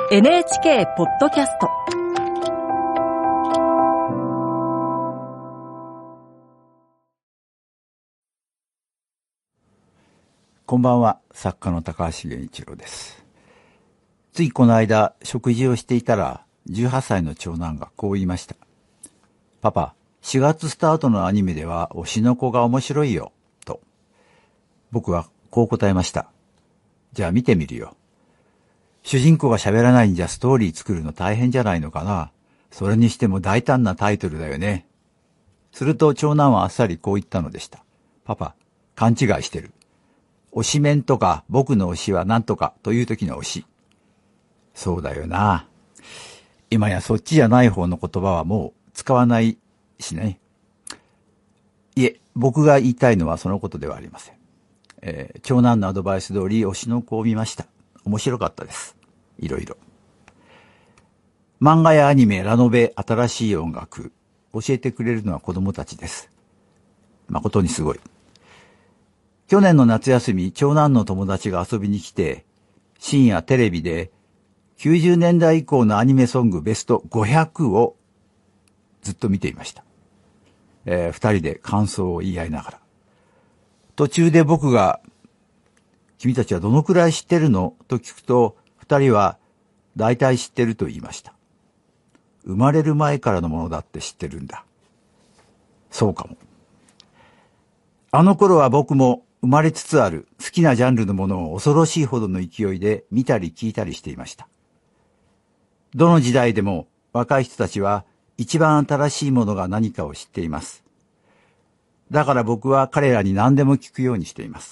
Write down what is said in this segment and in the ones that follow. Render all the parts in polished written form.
NHK ポッドキャスト。 こんばんは、作家の高橋源一郎です。ついこの間食事をしていたら18歳の長男がこう言いました。パパ、4月スタートのアニメでは推しの子が面白いよ、と。僕はこう答えました。じゃあ見てみるよ。主人公が喋らないんじゃストーリー作るの大変じゃないのかな。それにしても大胆なタイトルだよね。すると長男はあっさりこう言ったのでした。パパ、勘違いしてる。推しメンとか僕の推しはなんとかという時の推し。そうだよな。今やそっちじゃない方の言葉はもう使わないしね。いえ、僕が言いたいのはそのことではありません。長男のアドバイス通り推しの子を見ました。面白かったです。いろいろ。漫画やアニメ、ラノベ、新しい音楽、教えてくれるのは子供たちです。誠にすごい。去年の夏休み、長男の友達が遊びに来て、深夜テレビで90年代以降のアニメソングベスト500をずっと見ていました。二人で感想を言い合いながら。途中で僕が、君たちはどのくらい知ってるのと聞くと、二人は大体知ってると言いました。生まれる前からのものだって知ってるんだ。そうかも。あの頃は僕も生まれつつある好きなジャンルのものを恐ろしいほどの勢いで見たり聞いたりしていました。どの時代でも若い人たちは一番新しいものが何かを知っています。だから僕は彼らに何でも聞くようにしています。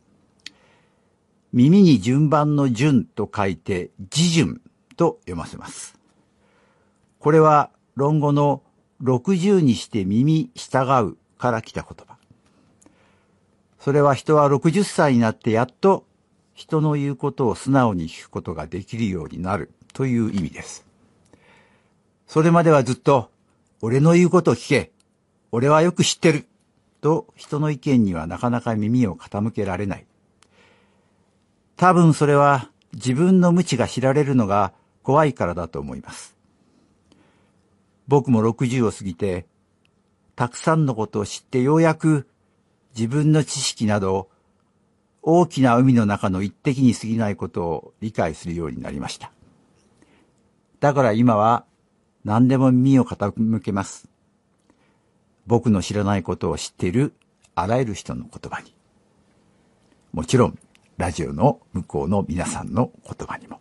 耳に順番の順と書いて字順と読ませます。これは論語の60にして耳従うから来た言葉。それは人は60歳になってやっと人の言うことを素直に聞くことができるようになるという意味です。それまではずっと俺の言うことを聞け、俺はよく知ってると人の意見にはなかなか耳を傾けられない。多分それは自分の無知が知られるのが怖いからだと思います。僕も60を過ぎてたくさんのことを知ってようやく自分の知識など大きな海の中の一滴に過ぎないことを理解するようになりました。だから今は何でも耳を傾けます。僕の知らないことを知っているあらゆる人の言葉に。もちろんラジオの向こうの皆さんの言葉にも。